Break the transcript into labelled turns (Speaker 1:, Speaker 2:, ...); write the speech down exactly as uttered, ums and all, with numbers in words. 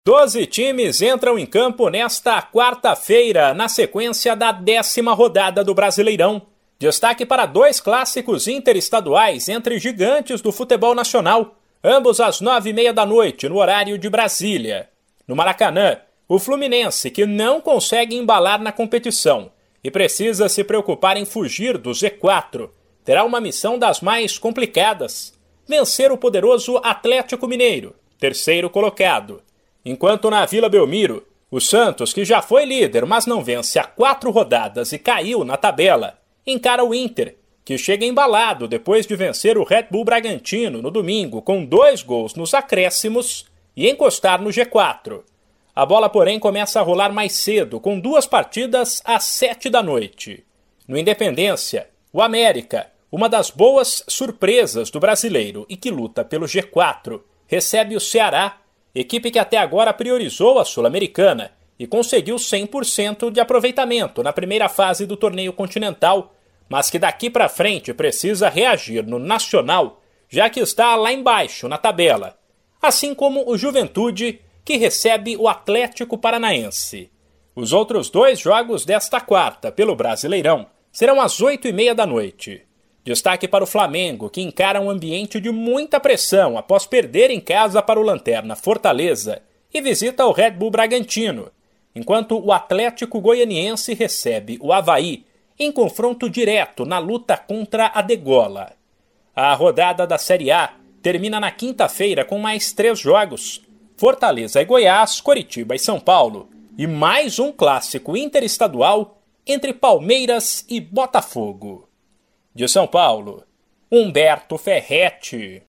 Speaker 1: Doze times entram em campo nesta quarta-feira, na sequência da décima rodada do Brasileirão. Destaque para dois clássicos interestaduais entre gigantes do futebol nacional, ambos às nove e meia da noite, no horário de Brasília. No Maracanã, o Fluminense, que não consegue embalar na competição e precisa se preocupar em fugir do G quatro, terá uma missão das mais complicadas: vencer o poderoso Atlético Mineiro, terceiro colocado. Enquanto na Vila Belmiro, o Santos, que já foi líder, mas não vence há quatro rodadas e caiu na tabela, encara o Inter, que chega embalado depois de vencer o Red Bull Bragantino no domingo com dois gols nos acréscimos e encostar no G quatro. A bola, porém, começa a rolar mais cedo, com duas partidas às sete da noite. No Independência, o América, uma das boas surpresas do brasileiro e que luta pelo G quatro, recebe o Ceará, equipe que até agora priorizou a Sul-Americana e conseguiu cem por cento de aproveitamento na primeira fase do torneio continental, mas que daqui para frente precisa reagir no Nacional, já que está lá embaixo na tabela, assim como o Juventude, que recebe o Atlético Paranaense. Os outros dois jogos desta quarta, pelo Brasileirão, serão às oito e meia da noite. Destaque para o Flamengo, que encara um ambiente de muita pressão após perder em casa para o lanterna Fortaleza e visita o Red Bull Bragantino, enquanto o Atlético Goianiense recebe o Avaí em confronto direto na luta contra a degola. A rodada da Série A termina na quinta-feira com mais três jogos: Fortaleza e Goiás, Coritiba e São Paulo, e mais um clássico interestadual entre Palmeiras e Botafogo. De São Paulo, Humberto Ferretti.